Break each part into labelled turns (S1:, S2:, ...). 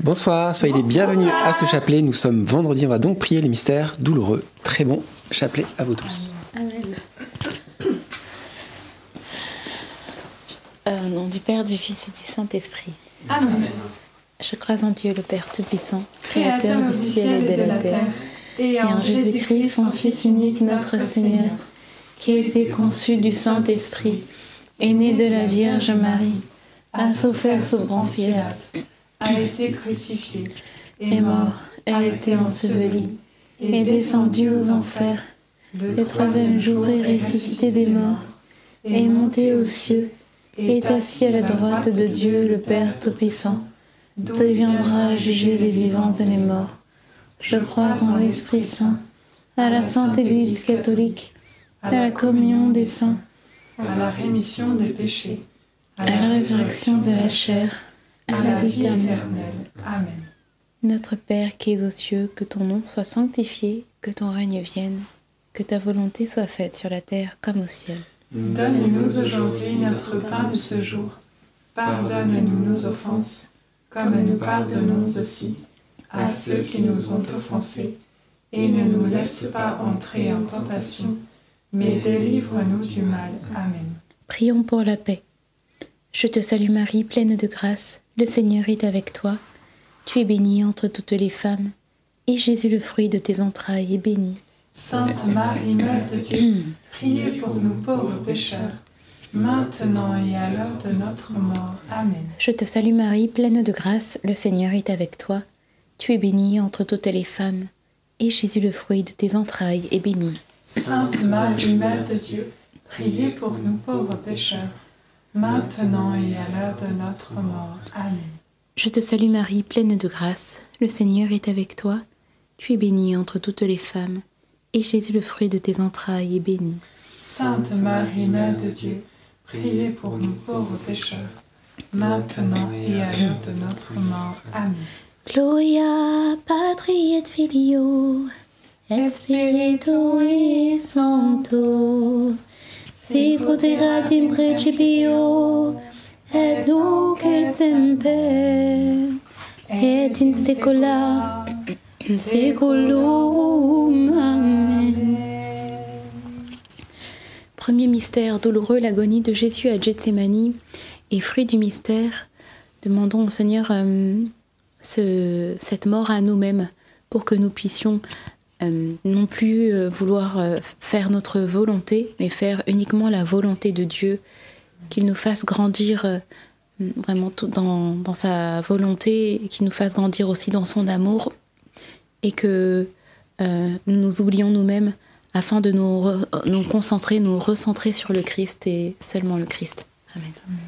S1: Bonsoir, soyez les bienvenus à ce chapelet. Nous sommes vendredi, on va donc prier les mystères douloureux. Très bon chapelet à vous tous.
S2: Amen. Au nom du Père, du Fils et du Saint-Esprit.
S3: Amen.
S2: Je crois en Dieu, le Père Tout-Puissant, Créateur du ciel et de la terre, et en Jésus-Christ, son Fils unique, notre Seigneur, qui a été conçu du Saint-Esprit, est né de la Vierge Marie, a souffert sous Ponce Pilate,
S3: a été crucifié,
S2: est mort, a été enseveli, est descendu aux enfers, le troisième jour est ressuscité des morts, est monté aux cieux, est assis à la droite de Dieu, le Père Tout-Puissant, d'où il viendra juger les vivants et les morts. Je crois en l'Esprit Saint, à la Sainte Église catholique, à la communion des saints,
S3: à la rémission des péchés,
S2: à la résurrection de la chair, à la vie éternelle.
S3: Amen.
S2: Notre Père qui es aux cieux, que ton nom soit sanctifié, que ton règne vienne, que ta volonté soit faite sur la terre comme au ciel.
S3: Donne-nous aujourd'hui notre pain de ce jour. Pardonne-nous nos offenses, comme nous pardonnons aussi à ceux qui nous ont offensés. Et ne nous laisse pas entrer en tentation, mais délivre-nous du mal. Amen.
S2: Prions pour la paix. Je te salue Marie, pleine de grâce, le Seigneur est avec toi. Tu es bénie entre toutes les femmes, et Jésus, le fruit de tes entrailles, est béni.
S3: Sainte Marie, Mère de Dieu, priez pour nous pauvres pécheurs, maintenant et à l'heure de notre mort. Amen.
S2: Je te salue Marie, pleine de grâce, le Seigneur est avec toi. Tu es bénie entre toutes les femmes, et Jésus, le fruit de tes entrailles, est béni.
S3: Sainte Marie, Mère de Dieu, priez pour nous pauvres pécheurs, maintenant et à l'heure de notre mort. Amen.
S2: Je te salue Marie, pleine de grâce, le Seigneur est avec toi. Tu es bénie entre toutes les femmes, et Jésus, le fruit de tes entrailles, est béni.
S3: Sainte Marie, Mère de Dieu, priez pour nous pauvres pécheurs, maintenant et à l'heure de notre mort. Amen.
S2: Gloria Patri et Filio, et Spiritui Sancto, sicut erat in principio, et nunc et semper, et in saecula saeculum. Amen. Premier mystère douloureux, l'agonie de Jésus à Gethsémani. Et fruit du mystère, demandons au Seigneur cette mort à nous-mêmes pour que nous puissions non plus vouloir faire notre volonté, mais faire uniquement la volonté de Dieu, qu'il nous fasse grandir vraiment tout dans sa volonté, et qu'il nous fasse grandir aussi dans son amour, et que nous nous oublions nous-mêmes afin de nous concentrer, nous recentrer sur le Christ et seulement le Christ. Amen.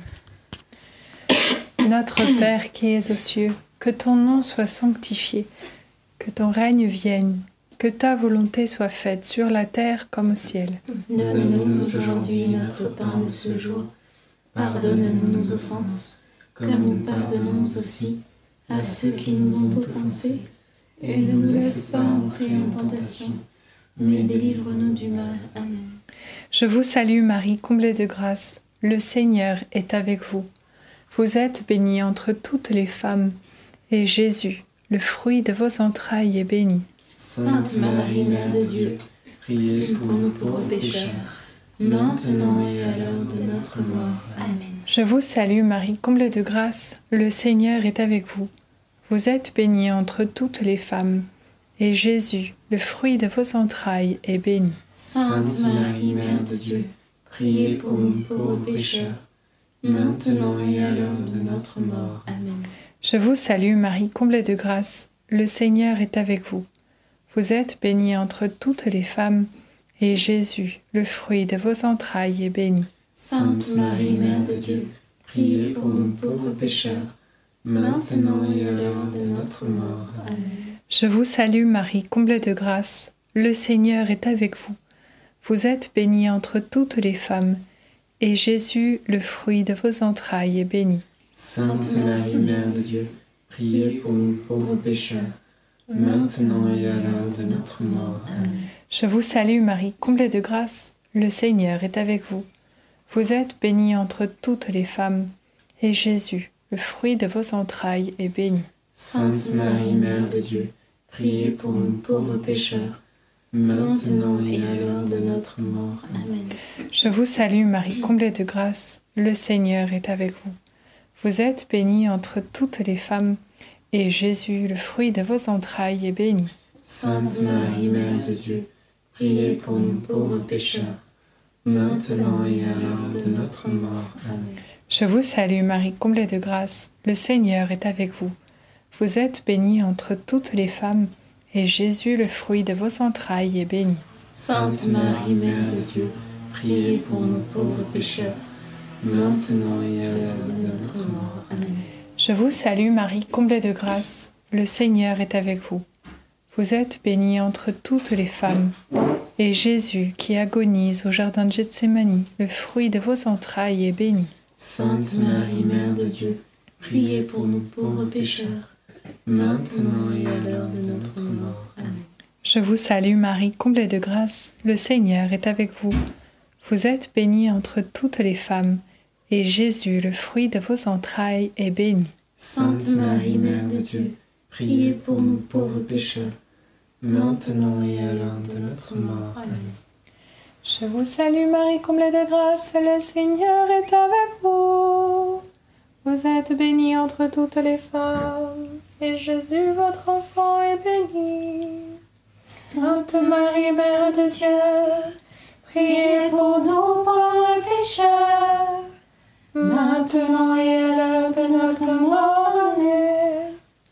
S4: Notre Père qui es aux cieux, que ton nom soit sanctifié, que ton règne vienne, que ta volonté soit faite sur la terre comme au ciel.
S2: Donne-nous aujourd'hui notre pain de ce jour. Pardonne-nous nos offenses, comme nous pardonnons aussi à ceux qui nous ont offensés. Et ne nous laisse pas entrer en tentation, mais délivre-nous du mal. Amen.
S4: Je vous salue Marie, comblée de grâce. Le Seigneur est avec vous. Vous êtes bénie entre toutes les femmes, et Jésus, le fruit de vos entrailles, est béni.
S2: Sainte Marie, Mère de Dieu, priez pour nous pauvres pécheurs, maintenant et à l'heure de notre mort. Amen.
S4: Je vous salue Marie, comblée de grâce. Le Seigneur est avec vous. Vous êtes bénie entre toutes les femmes, et Jésus, le fruit de vos entrailles, est béni.
S2: Sainte Marie, Mère de Dieu, priez pour nous pauvres pécheurs, maintenant et à l'heure de notre mort. Amen.
S4: Je vous salue Marie, comblée de grâce. Le Seigneur est avec vous. Vous êtes bénie entre toutes les femmes, et Jésus, le fruit de vos entrailles, est béni.
S2: Sainte Marie, Mère de Dieu, priez pour nous pauvres pécheurs, maintenant et à l'heure de notre mort. Amen.
S4: Je vous salue Marie, comblée de grâce. Le Seigneur est avec vous. Vous êtes bénie entre toutes les femmes, et Jésus, le fruit de vos entrailles, est béni.
S5: Sainte Marie, Mère de Dieu, priez pour nous pauvres pécheurs, maintenant et à l'heure de notre mort. Amen.
S4: Je vous salue Marie, comblée de grâce. Le Seigneur est avec vous. Vous êtes bénie entre toutes les femmes, et Jésus, le fruit de vos entrailles, est béni.
S5: Sainte Marie, Mère de Dieu, priez pour nous pauvres pécheurs, maintenant et à l'heure de notre mort.
S2: Amen.
S4: Je vous salue Marie, comblée de grâce, le Seigneur est avec vous. Vous êtes bénie entre toutes les femmes, et Jésus, le fruit de vos entrailles, est béni.
S5: Sainte Marie, Mère de Dieu, priez pour nous pauvres pécheurs, maintenant et à l'heure de notre mort. Amen.
S4: Je vous salue Marie, comblée de grâce, le Seigneur est avec vous. Vous êtes bénie entre toutes les femmes, et Jésus, le fruit de vos entrailles, est béni.
S5: Sainte Marie, Mère de Dieu, priez pour nous pauvres pécheurs, maintenant et à l'heure de notre mort. Amen.
S4: Je vous salue Marie, comblée de grâce, le Seigneur est avec vous. Vous êtes bénie entre toutes les femmes, et Jésus, qui agonise au jardin de Gethsémani, le fruit de vos entrailles, est béni.
S5: Sainte Marie, Mère de Dieu, priez pour nous pauvres pécheurs, maintenant et à l'heure de notre mort. Amen.
S4: Je vous salue Marie, comblée de grâce, le Seigneur est avec vous. Vous êtes bénie entre toutes les femmes, et Jésus, le fruit de vos entrailles, est béni.
S5: Sainte Marie, Mère de Dieu, priez pour nous pauvres pécheurs, maintenant et à l'heure de notre mort. Amen.
S4: Je vous salue Marie, comblée de grâce, le Seigneur est avec vous. Vous êtes bénie entre toutes les femmes, et Jésus, votre enfant, est béni.
S2: Sainte Marie, Mère de Dieu, priez pour nous pauvres pécheurs, maintenant et à l'heure de notre mort. Amen.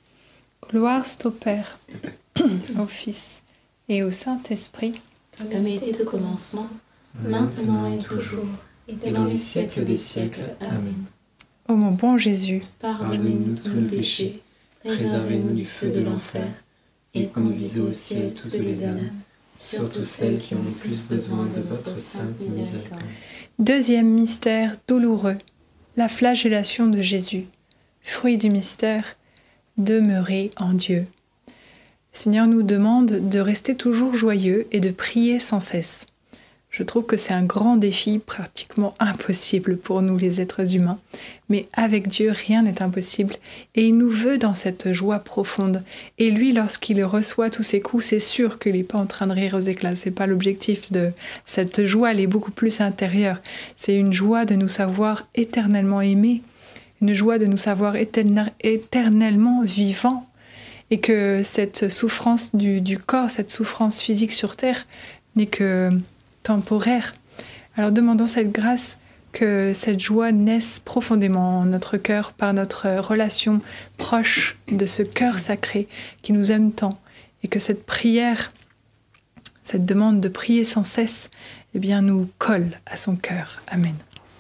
S4: Gloire au Père, au Fils et au Saint-Esprit,
S2: Comme était au commencement, maintenant et toujours, et dans les siècles des siècles. Amen.
S4: Ô mon bon Jésus,
S2: Pardonnez-nous tous nos péchés, préservez-nous du feu de l'enfer, et conduisez au ciel toutes les âmes, surtout celles qui ont le plus besoin de votre sainte miséricorde.
S4: deuxième mystère douloureux, la flagellation de Jésus. Fruit du mystère, demeurer en Dieu. Le Seigneur nous demande de rester toujours joyeux et de prier sans cesse. Je trouve que c'est un grand défi, pratiquement impossible pour nous les êtres humains. Mais avec Dieu, rien n'est impossible et il nous veut dans cette joie profonde. Et lui, lorsqu'il reçoit tous ses coups, c'est sûr qu'il n'est pas en train de rire aux éclats. C'est pas l'objectif de cette joie, elle est beaucoup plus intérieure. C'est une joie de nous savoir éternellement aimés, une joie de nous savoir éternellement vivants. Et que cette souffrance du corps, cette souffrance physique sur terre n'est que temporaire. Alors demandons cette grâce, que cette joie naisse profondément en notre cœur par notre relation proche de ce cœur sacré qui nous aime tant, et que cette prière, cette demande de prier sans cesse, eh bien, nous colle à son cœur. Amen.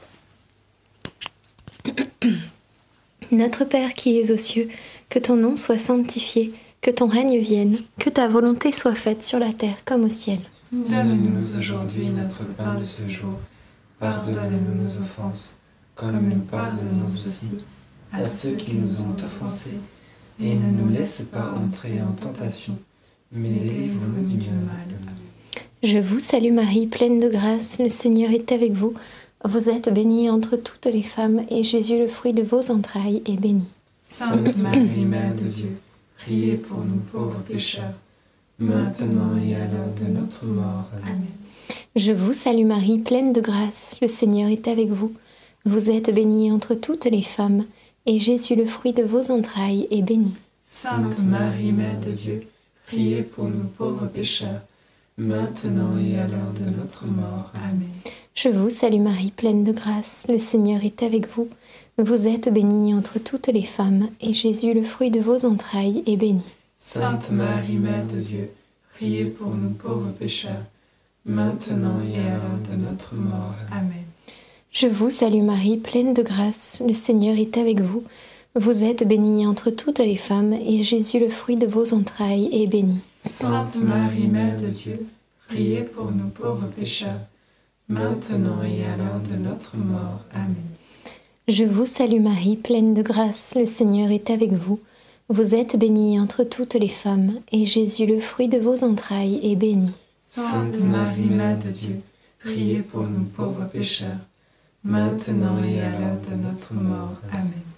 S6: Notre Père qui es aux cieux, que ton nom soit sanctifié, que ton règne vienne, que ta volonté soit faite sur la terre comme au ciel.
S3: Donne-nous aujourd'hui notre pain de ce jour. Pardonne-nous nos offenses, comme nous pardonnons aussi à ceux qui nous ont offensés. Et ne nous laisse pas entrer en tentation, mais délivre-nous du mal.
S6: Je vous salue Marie, pleine de grâce, le Seigneur est avec vous. Vous êtes bénie entre toutes les femmes, et Jésus, le fruit de vos entrailles, est béni.
S3: Sainte Marie, Mère de Dieu, priez pour nous pauvres pécheurs, maintenant et à l'heure de notre mort. Amen.
S6: Je vous salue Marie, pleine de grâce, le Seigneur est avec vous. Vous êtes bénie entre toutes les femmes, et Jésus, le fruit de vos entrailles, est béni.
S3: Sainte Marie, Mère de Dieu, priez pour nous pauvres pécheurs, maintenant et à l'heure de notre mort. Amen.
S6: Je vous salue Marie, pleine de grâce, le Seigneur est avec vous. Vous êtes bénie entre toutes les femmes, et Jésus, le fruit de vos entrailles, est béni.
S3: Sainte Marie, Mère de Dieu, priez pour nous pauvres pécheurs, maintenant et à l'heure de notre mort. Amen.
S6: Je vous salue Marie, pleine de grâce, le Seigneur est avec vous. Vous êtes bénie entre toutes les femmes, et Jésus, le fruit de vos entrailles, est béni.
S3: Sainte Marie, Mère de Dieu, priez pour nous pauvres pécheurs, maintenant et à l'heure de notre mort. Amen.
S6: Je vous salue Marie, pleine de grâce, le Seigneur est avec vous. Vous êtes bénie entre toutes les femmes, et Jésus, le fruit de vos entrailles, est béni.
S3: Sainte Marie, Mère de Dieu, priez pour nous pauvres pécheurs, maintenant et à l'heure de notre mort. Amen.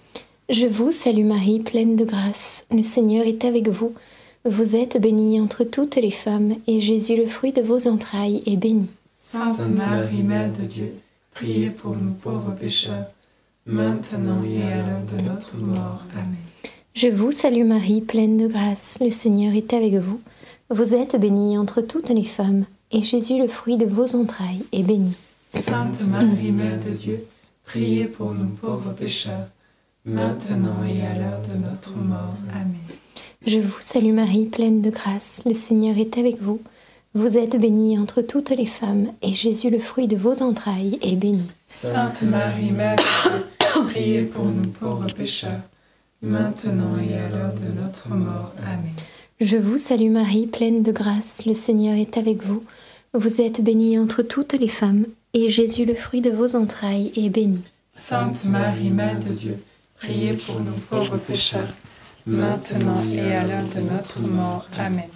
S6: Je vous salue Marie, pleine de grâce. Le Seigneur est avec vous. Vous êtes bénie entre toutes les femmes, et Jésus, le fruit de vos entrailles, est béni.
S3: Sainte Marie, Mère de Dieu, priez pour nous pauvres pécheurs, maintenant et à l'heure de notre mort. Amen.
S6: Je vous salue Marie, pleine de grâce. Le Seigneur est avec vous. Vous êtes bénie entre toutes les femmes, et Jésus, le fruit de vos entrailles, est béni.
S3: Sainte Marie, Mère de Dieu, priez pour nous pauvres pécheurs, maintenant et à l'heure de notre mort. Amen.
S6: Je vous salue Marie, pleine de grâce. Le Seigneur est avec vous. Vous êtes bénie entre toutes les femmes, et Jésus, le fruit de vos entrailles, est béni.
S3: Sainte Marie, Mère de Dieu, priez pour nous pauvres pécheurs, maintenant et à l'heure de notre mort. Amen.
S6: Je vous salue Marie, pleine de grâce. Le Seigneur est avec vous. Vous êtes bénie entre toutes les femmes, et Jésus, le fruit de vos entrailles, est béni.
S3: Sainte Marie, Mère de Dieu, priez pour nous pauvres pécheurs, maintenant et à l'heure de notre mort. Amen.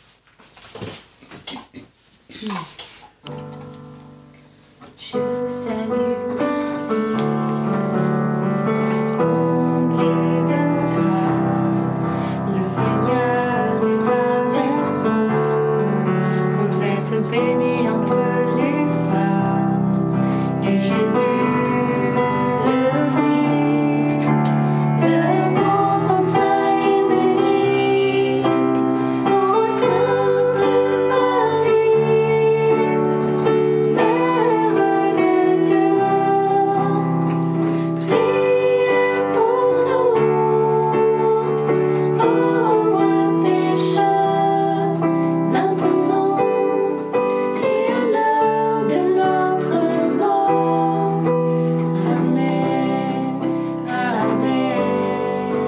S6: Je vous salue Marie, comblée de grâce, le Seigneur est avec vous. Vous êtes bénie entre les femmes, et Jésus, le fruit de vos entrailles, est béni. Ô Sainte Marie, Mère de Dieu, priez pour nous, pauvres pécheurs, maintenant et à l'heure de notre mort. Amen. Amen.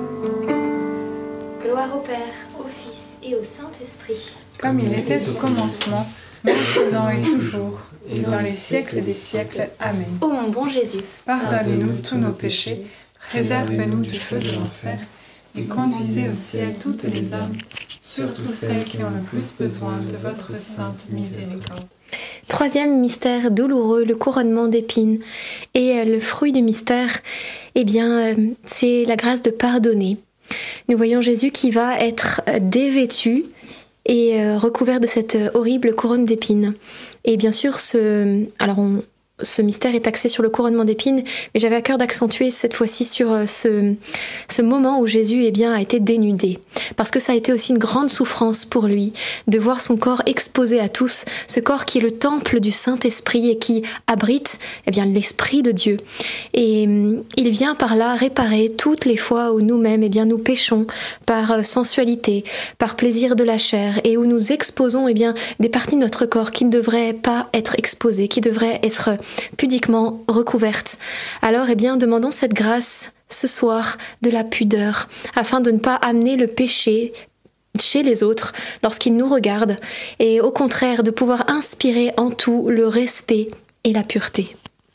S6: Gloire au Père, au Fils et au Saint-Esprit.
S4: Comme il était au commencement, maintenant et toujours, et dans les siècles des siècles. Amen.
S6: Ô mon bon Jésus,
S4: Pardonnez-nous tous nos péchés, préservez-nous du feu de l'enfer, et conduisez au ciel toutes les âmes, surtout celles qui ont le plus besoin de votre sainte miséricorde.
S6: troisième mystère douloureux, le couronnement d'épines. Et le fruit du mystère, c'est la grâce de pardonner. Nous voyons Jésus qui va être dévêtu et recouvert de cette horrible couronne d'épines. Et bien sûr, ce mystère est axé sur le couronnement d'épines, mais j'avais à cœur d'accentuer cette fois-ci sur ce moment où Jésus a été dénudé. Parce que ça a été aussi une grande souffrance pour lui de voir son corps exposé à tous, ce corps qui est le temple du Saint-Esprit et qui abrite l'Esprit de Dieu. Et il vient par là réparer toutes les fois où nous-mêmes nous péchons par sensualité, par plaisir de la chair, et où nous exposons des parties de notre corps qui ne devraient pas être exposées, qui devraient être pudiquement recouverte. Alors, demandons cette grâce ce soir de la pudeur, afin de ne pas amener le péché chez les autres lorsqu'ils nous regardent, et au contraire de pouvoir inspirer en tout le respect et la pureté.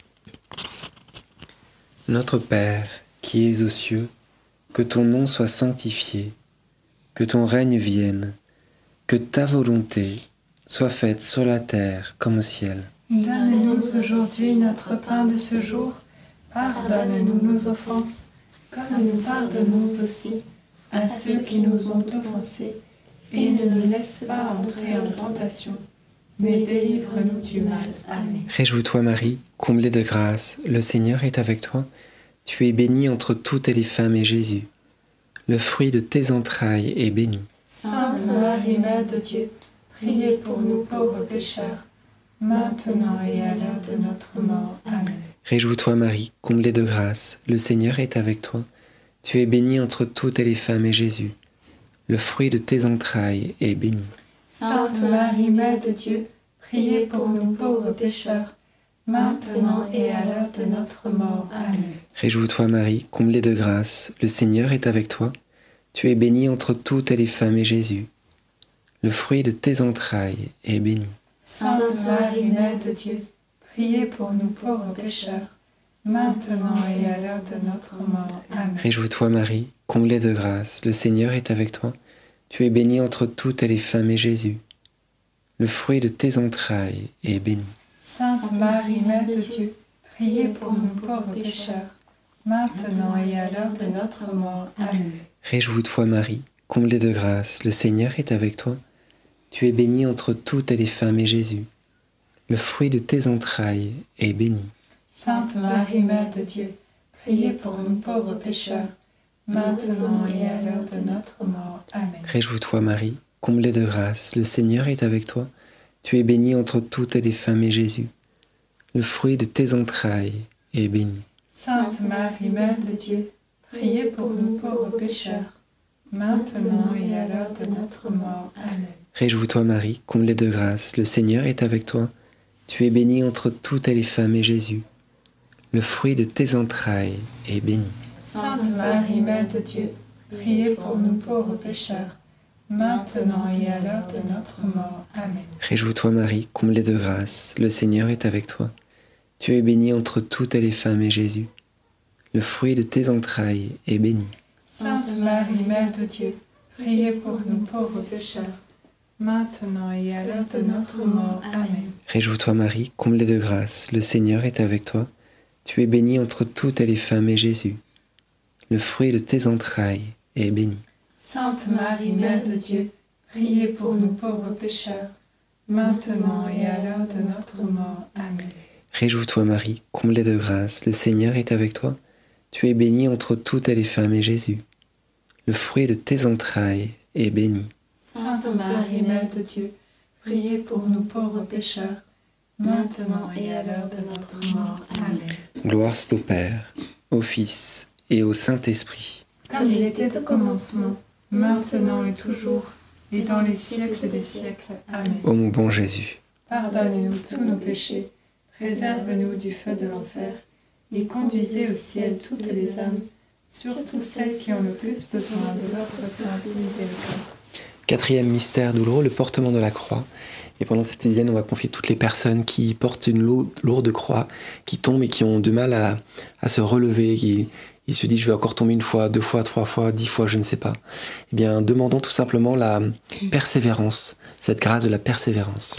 S1: Notre Père, qui es aux cieux, que ton nom soit sanctifié, que ton règne vienne, que ta volonté soit faite sur la terre comme au ciel.
S3: Donne-nous aujourd'hui notre pain de ce jour. Pardonne-nous nos offenses, comme nous pardonnons aussi à ceux qui nous ont offensés. Et ne nous laisse pas entrer en tentation, mais délivre-nous du mal. Amen.
S1: Réjouis-toi Marie, comblée de grâce, le Seigneur est avec toi. Tu es bénie entre toutes les femmes, et Jésus, le fruit de tes entrailles, est béni.
S3: Sainte Marie, Mère de Dieu, priez pour nous pauvres pécheurs, maintenant et à l'heure de notre mort. Amen.
S1: Réjouis-toi Marie, comblée de grâce, le Seigneur est avec toi. Tu es bénie entre toutes les femmes, et Jésus, le fruit de tes entrailles, est béni.
S3: Sainte Marie, Mère de Dieu, priez pour nous pauvres pécheurs, maintenant et à l'heure de notre mort. Amen.
S1: Réjouis-toi Marie, comblée de grâce, le Seigneur est avec toi. Tu es bénie entre toutes les femmes, et Jésus, le fruit de tes entrailles, est béni.
S3: Sainte Marie, Mère de Dieu, priez pour nous pauvres pécheurs, maintenant et à l'heure de notre mort. Amen.
S1: Réjouis-toi Marie, comblée de grâce, le Seigneur est avec toi. Tu es bénie entre toutes les femmes, et Jésus, le fruit de tes entrailles, est béni.
S3: Sainte Marie, Mère de Dieu, priez pour nous pauvres pécheurs, maintenant et à l'heure de notre mort. Amen.
S1: Réjouis-toi Marie, comblée de grâce, le Seigneur est avec toi. Tu es bénie entre toutes les femmes et Jésus, le fruit de tes entrailles, est béni.
S3: Sainte Marie, Mère de Dieu, priez pour nous pauvres pécheurs, maintenant et à l'heure de notre mort. Amen.
S1: Réjouis-toi Marie, comblée de grâce, le Seigneur est avec toi. Tu es bénie entre toutes les femmes et Jésus, le fruit de tes entrailles, est béni.
S3: Sainte Marie, Mère de Dieu, priez pour nous pauvres pécheurs, maintenant et à l'heure de notre mort. Amen.
S1: Réjouis-toi Marie, comblée de grâce, le Seigneur est avec toi. Tu es bénie entre toutes les femmes et Jésus, le fruit de tes entrailles, est béni.
S3: Sainte Marie, Mère de Dieu, priez pour nous pauvres pécheurs, maintenant et à l'heure de notre mort. Amen.
S1: Réjouis-toi Marie, comblée de grâce, le Seigneur est avec toi. Tu es bénie entre toutes les femmes et Jésus, le fruit de tes entrailles, est béni.
S3: Sainte Marie, Mère de Dieu, priez pour nous pauvres pécheurs, maintenant et à l'heure de notre mort. Amen.
S1: Réjouis-toi Marie, comblée de grâce, le Seigneur est avec toi. Tu es bénie entre toutes les femmes et Jésus, le fruit de tes entrailles, est béni.
S3: Sainte Marie, Mère de Dieu, priez pour nous pauvres pécheurs, maintenant et à l'heure de notre mort. Amen.
S1: Réjouis-toi Marie, comblée de grâce, le Seigneur est avec toi. Tu es bénie entre toutes les femmes et Jésus, le fruit de tes entrailles, est béni.
S3: Sainte Marie, Mère de Dieu, priez pour nous pauvres pécheurs, maintenant et à l'heure de notre mort. Amen.
S1: Gloire soit au Père, au Fils et au Saint-Esprit.
S3: Comme il était au commencement, maintenant et toujours, et dans les siècles des siècles. Amen.
S1: Ô mon bon Jésus,
S3: Pardonne-nous tous nos péchés, préserve-nous du feu de l'enfer, et conduisez au ciel toutes les âmes, surtout celles qui ont le plus besoin de votre sainte miséricorde.
S1: quatrième mystère douloureux, le portement de la croix. Et pendant cette dizaine, on va confier toutes les personnes qui portent une lourde croix, qui tombent et qui ont du mal à se relever, ils se disent je vais encore tomber une fois, 2 fois, 3 fois, 10 fois, je ne sais pas. Eh bien, demandons tout simplement la persévérance, cette grâce de la persévérance.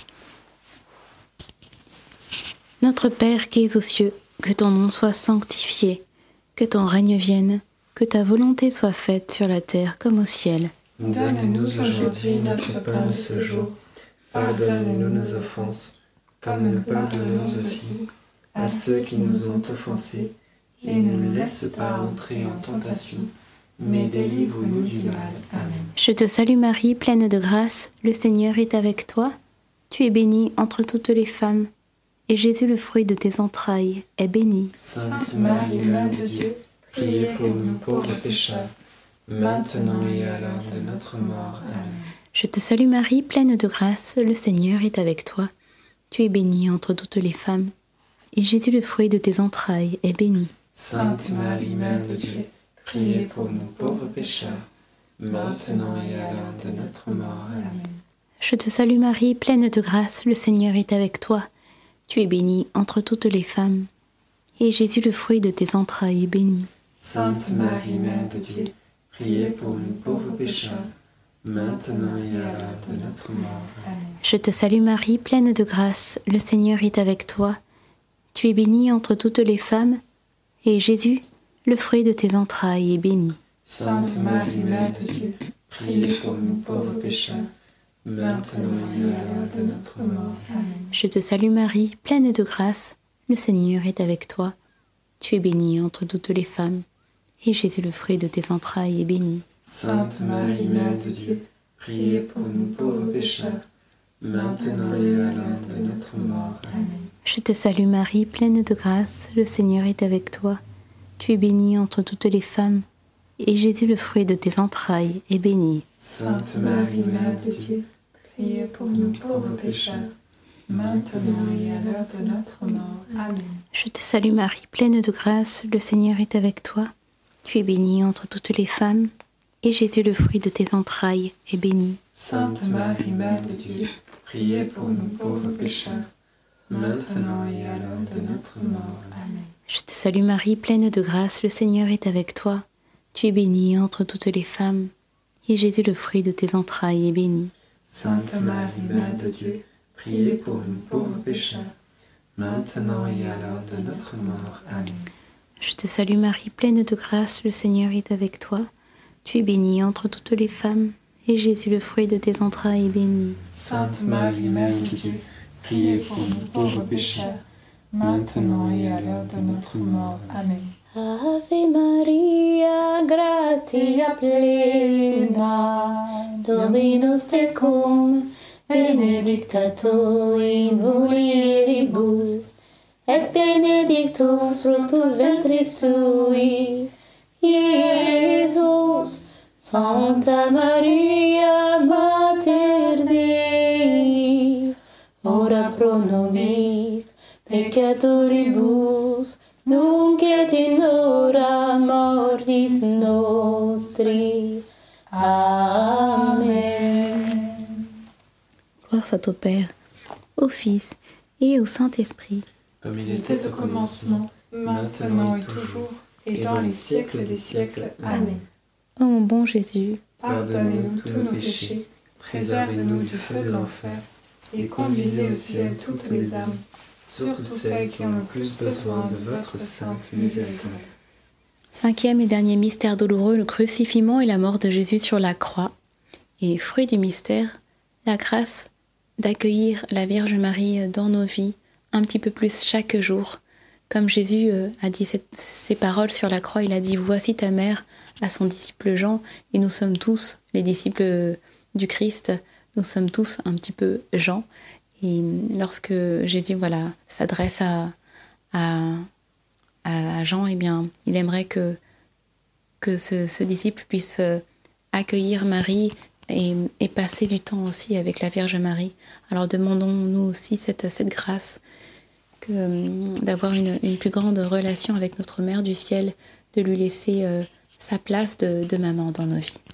S2: Notre Père qui es aux cieux, que ton nom soit sanctifié, que ton règne vienne, que ta volonté soit faite sur la terre comme au ciel.
S5: Donne-nous aujourd'hui notre pain de ce jour. Pardonne-nous nos offenses, comme nous pardonnons aussi à ceux qui nous ont offensés. Et ne nous laisse pas entrer en tentation, mais délivre-nous du mal. Amen.
S2: Je te salue Marie, pleine de grâce, le Seigneur est avec toi. Tu es bénie entre toutes les femmes, et Jésus, le fruit de tes entrailles, est béni.
S5: Sainte Marie, Mère de Dieu, priez pour nous pauvres pécheurs, maintenant et à l'heure de notre mort. Amen.
S2: Je te salue Marie, pleine de grâce, le Seigneur est avec toi. Tu es bénie entre toutes les femmes, et Jésus, le fruit de tes entrailles, est béni.
S5: Sainte Marie, Mère de Dieu, priez pour nous pauvres pécheurs, maintenant et à l'heure de notre mort. Amen.
S2: Je te salue Marie, pleine de grâce, le Seigneur est avec toi. Tu es bénie entre toutes les femmes, et Jésus, le fruit de tes entrailles, est béni.
S5: Sainte Marie, Mère de Dieu, priez pour nous pauvres pécheurs, maintenant et à l'heure de notre mort. Amen.
S2: Je te salue Marie, pleine de grâce, le Seigneur est avec toi. Tu es bénie entre toutes les femmes, et Jésus, le fruit de tes entrailles, est béni.
S5: Sainte Marie, Mère de Dieu, priez pour nous pauvres pécheurs, maintenant et à l'heure de notre mort. Amen.
S2: Je te salue Marie, pleine de grâce, le Seigneur est avec toi. Tu es bénie entre toutes les femmes, et Jésus, le fruit de tes entrailles, est béni.
S5: Sainte Marie, Mère de Dieu, priez pour nous pauvres pécheurs, maintenant et à l'heure de notre mort. Amen.
S2: Je te salue Marie, pleine de grâce, le Seigneur est avec toi. Tu es bénie entre toutes les femmes, et Jésus, le fruit de tes entrailles, est béni.
S5: Sainte Marie, Mère de Dieu, priez pour nous pauvres pécheurs, maintenant et à l'heure de notre mort. Amen.
S2: Je te salue Marie, pleine de grâce, le Seigneur est avec toi. Tu es bénie entre toutes les femmes, et Jésus, le fruit de tes entrailles, est béni.
S5: Sainte Marie, Mère de Dieu, priez pour nous pauvres pécheurs, maintenant et à l'heure de notre mort. Amen.
S2: Je te salue Marie, pleine de grâce, le Seigneur est avec toi. Tu es bénie entre toutes les femmes, et Jésus, le fruit de tes entrailles, est béni.
S5: Sainte Marie, Mère de Dieu, priez pour nous pauvres pécheurs, maintenant et à l'heure de notre mort. Amen.
S2: Je te salue Marie, pleine de grâce, le Seigneur est avec toi. Tu es bénie entre toutes les femmes, et Jésus, le fruit de tes entrailles, est béni.
S3: Sainte Marie, Mère de Dieu, priez pour nous pauvres pécheurs, maintenant et à l'heure de notre mort. Amen.
S2: Ave Maria, gratia plena, Dominus tecum, benedicta tu in mulieribus, et benedictus fructus ventris tui, Iesus. Santa Maria, Mater Dei, ora pro nobis peccatoribus, nunc et in hora mortis nostri. Amen. Gloire soit au Père, au Fils et au Saint-Esprit.
S5: Comme il
S3: Il était au commencement, maintenant et toujours, et dans les siècles des siècles. Amen.
S2: Ô mon bon Jésus,
S3: Pardonnez-nous tous nos péchés, préservez-nous du feu de l'enfer, et conduisez au ciel toutes les âmes, surtout celles qui ont le plus besoin de votre sainte miséricorde.
S2: cinquième et dernier mystère douloureux, le crucifixion et la mort de Jésus sur la croix. Et fruit du mystère, la grâce d'accueillir la Vierge Marie dans nos vies un petit peu plus chaque jour. Comme Jésus a dit ces paroles sur la croix, il a dit « Voici ta mère » à son disciple Jean, et nous sommes tous les disciples du Christ, nous sommes tous un petit peu Jean. Et lorsque Jésus s'adresse à Jean, eh bien, il aimerait que ce disciple puisse accueillir Marie et passer du temps aussi avec la Vierge Marie. Alors demandons-nous aussi cette grâce d'avoir une plus grande relation avec notre Mère du Ciel, de lui laisser sa place de maman dans nos vies.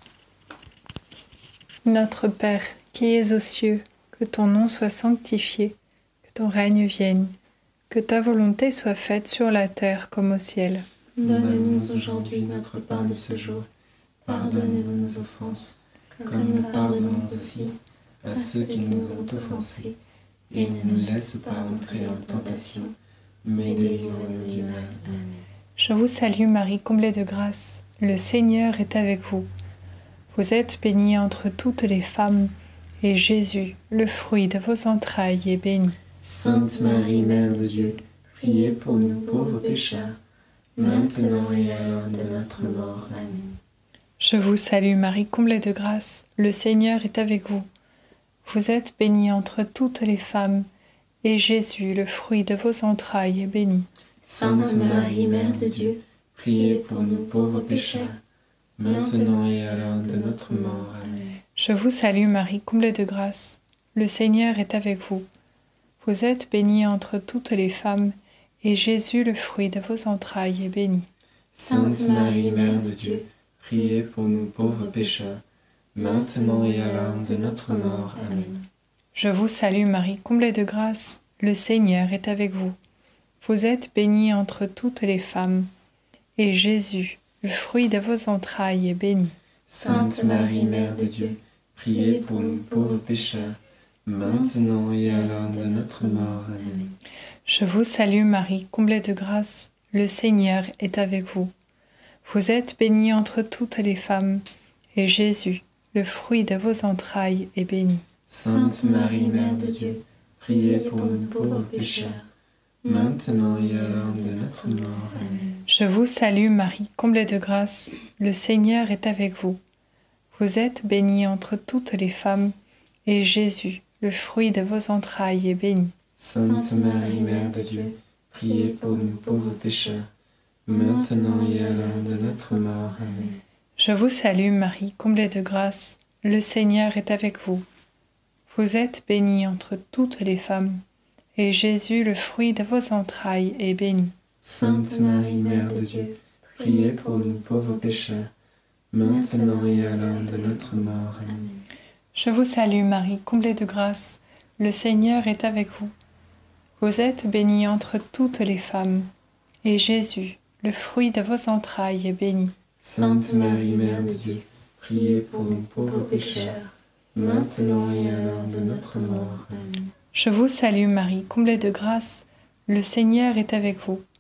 S4: Notre Père, qui es aux cieux, que ton nom soit sanctifié, que ton règne vienne, que ta volonté soit faite sur la terre comme au ciel.
S3: Donne-nous aujourd'hui notre pain de ce jour. Pardonne-nous nos offenses, comme nous pardonnons aussi à ceux qui nous ont offensés. Et ne nous laisse pas entrer en tentation, mais délivre-nous du mal. Amen.
S4: Je vous salue Marie, comblée de grâce. Le Seigneur est avec vous. Vous êtes bénie entre toutes les femmes, et Jésus, le fruit de vos entrailles, est béni.
S3: Sainte Marie, Mère de Dieu, priez pour nous pauvres pécheurs, maintenant et à l'heure de notre mort. Amen.
S4: Je vous salue Marie, comblée de grâce. Le Seigneur est avec vous. Vous êtes bénie entre toutes les femmes, et Jésus, le fruit de vos entrailles, est béni.
S3: Sainte Marie, Mère de Dieu, priez pour nous pauvres pécheurs, maintenant et à l'heure de notre mort. Amen.
S4: Je vous salue Marie, comblée de grâce. Le Seigneur est avec vous. Vous êtes bénie entre toutes les femmes, et Jésus, le fruit de vos entrailles, est béni.
S3: Sainte Marie, Mère de Dieu, priez pour nous pauvres pécheurs, maintenant et à l'heure de notre mort. Amen.
S4: Je vous salue Marie, comblée de grâce. Le Seigneur est avec vous. Vous êtes bénie entre toutes les femmes, et Jésus, le fruit de vos entrailles, est béni.
S3: Sainte Marie, Mère de Dieu, priez pour nous pauvres pécheurs, maintenant et à l'heure de notre mort. Amen.
S4: Je vous salue Marie, comblée de grâce. Le Seigneur est avec vous. Vous êtes bénie entre toutes les femmes, et Jésus, le fruit de vos entrailles, est béni.
S3: Sainte Marie, Mère de Dieu, priez pour nous pauvres pécheurs, maintenant et à l'heure de notre mort. Amen.
S4: Je vous salue Marie, comblée de grâce. Le Seigneur est avec vous. Vous êtes bénie entre toutes les femmes, et Jésus, le fruit de vos entrailles, est béni.
S3: Sainte Marie, Mère de Dieu, priez pour nous pauvres pécheurs, maintenant et à l'heure de notre mort. Amen.
S4: Je vous salue Marie, comblée de grâce. Le Seigneur est avec vous. Vous êtes bénie entre toutes les femmes, et Jésus, le fruit de vos entrailles, est béni.
S3: Sainte Marie, Mère de Dieu, priez pour nous pauvres pécheurs, maintenant et à l'heure de notre mort. Amen.
S4: Je vous salue Marie, comblée de grâce. Le Seigneur est avec vous. Vous êtes bénie entre toutes les femmes, et Jésus, le fruit de vos entrailles, est béni.
S3: Sainte Marie, Mère de Dieu, priez pour nous pauvres pécheurs, maintenant et à l'heure de notre mort. Amen.
S4: Je vous salue Marie, comblée de grâce. Le Seigneur est avec vous.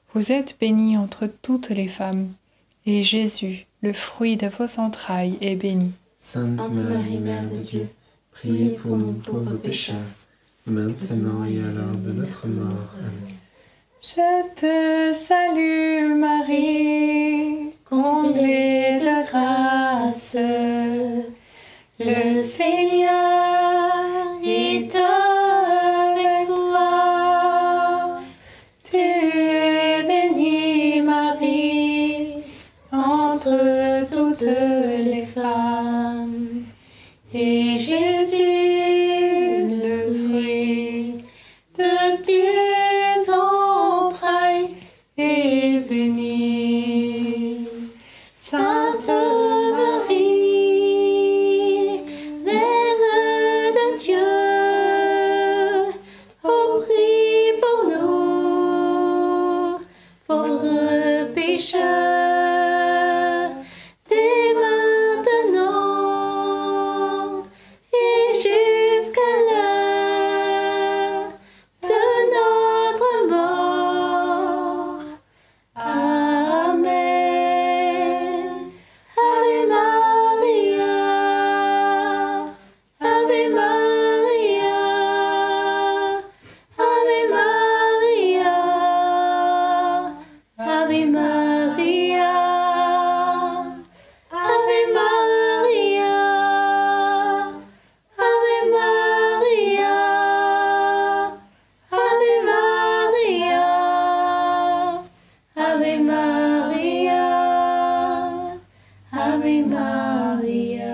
S4: Vous êtes bénie entre toutes les femmes, et Jésus, le fruit de vos entrailles, est béni.
S5: Sainte Marie, Mère de Dieu, priez pour nous pauvres pécheurs, maintenant et à l'heure de notre mort. Amen.
S4: Je te salue Marie, comblée de grâce, le Seigneur est avec toi. Tu es bénie Marie, entre toutes les femmes, et Jésus, le fruit de tes entrailles, est béni. Sainte Marie, Mère de Dieu, oh, prie pour nous, pauvres pécheurs, dès maintenant et jusqu'à l'heure de notre mort. Amen. Ave Maria, Ave Maria, Ave Maria, Ave Maria, Ave Maria, Ave Maria, Ave Maria, Ave Maria, Ave Maria.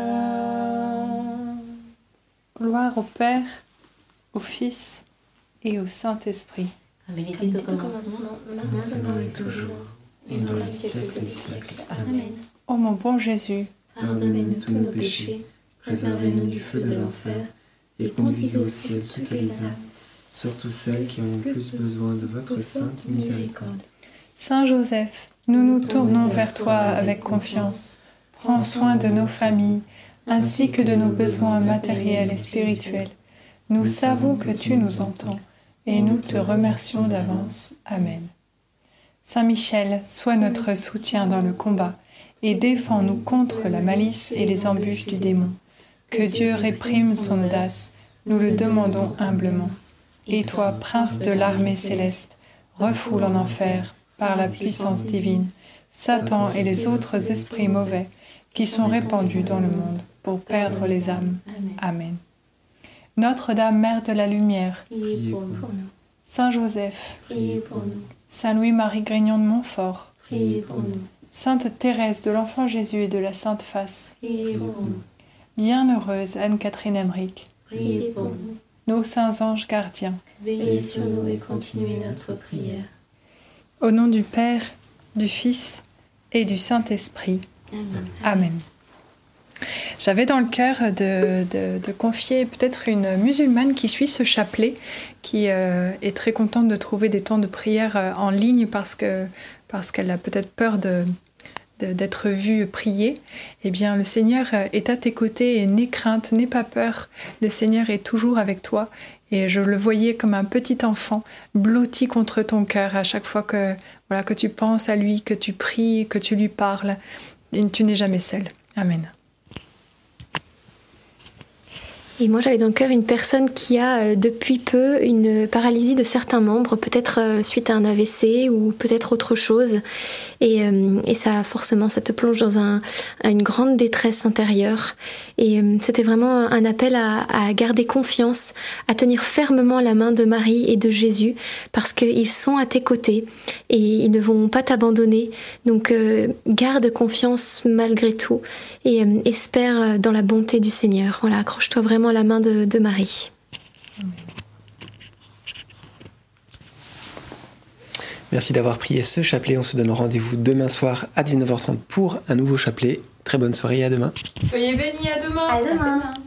S4: Gloire au Père, au Fils et au Saint-Esprit.
S2: Comme il était au commencement, maintenant et toujours, et dans les siècles des siècles. Amen.
S4: Ô mon bon Jésus,
S2: Pardonnez-nous tous nos péchés, préservez-nous du feu de l'enfer, et conduisez au ciel toutes les âmes,
S5: Surtout celles qui ont le plus besoin de votre sainte miséricorde.
S4: Saint Joseph, nous nous tournons vers toi avec confiance. Prends soin de nos familles, ainsi que de nos besoins matériels et spirituels. Nous savons que tu nous entends, et nous te remercions d'avance. Amen. Saint Michel, sois notre soutien dans le combat, et défends-nous contre la malice et les embûches du démon. Que Dieu réprime son audace, nous le demandons humblement. Et toi, prince de l'armée céleste, refoule en enfer, par la puissance divine, Satan et les autres esprits mauvais qui sont répandus dans le monde pour perdre les âmes. Amen. Notre-Dame, Mère de la Lumière,
S2: priez pour nous.
S4: Saint Joseph,
S2: Priez pour nous.
S4: Saint Louis-Marie Grignon de Montfort,
S2: Priez pour nous.
S4: Sainte Thérèse de l'Enfant Jésus et de la Sainte Face,
S2: Priez pour nous.
S4: Bienheureuse Anne-Catherine Emmerich,
S2: Priez pour nous.
S4: nos saints anges gardiens.
S2: Veillez sur nous et continuez notre prière.
S4: Au nom du Père, du Fils et du Saint-Esprit.
S2: Amen.
S4: Amen. J'avais dans le cœur de confier peut-être une musulmane qui suit ce chapelet, qui est très contente de trouver des temps de prière en ligne parce qu'elle a peut-être peur d'être vue prier. Eh bien, le Seigneur est à tes côtés et n'aie crainte, n'aie pas peur. Le Seigneur est toujours avec toi. Et je le voyais comme un petit enfant blotti contre ton cœur à chaque fois que tu penses à lui, que tu pries, que tu lui parles. Et tu n'es jamais seul. Amen.
S6: Et moi, j'avais dans le cœur une personne qui a depuis peu une paralysie de certains membres, peut-être suite à un AVC ou peut-être autre chose. Et ça, forcément, ça te plonge dans une grande détresse intérieure. Et c'était vraiment un appel à garder confiance, à tenir fermement la main de Marie et de Jésus, parce qu'ils sont à tes côtés et ils ne vont pas t'abandonner. Donc, garde confiance malgré tout et espère dans la bonté du Seigneur. Voilà, accroche-toi vraiment à la main de Marie.
S1: Merci d'avoir prié ce chapelet. On se donne rendez-vous demain soir à 19h30 pour un nouveau chapelet. Très bonne soirée et à demain.
S4: Soyez bénis, à demain.
S6: À demain.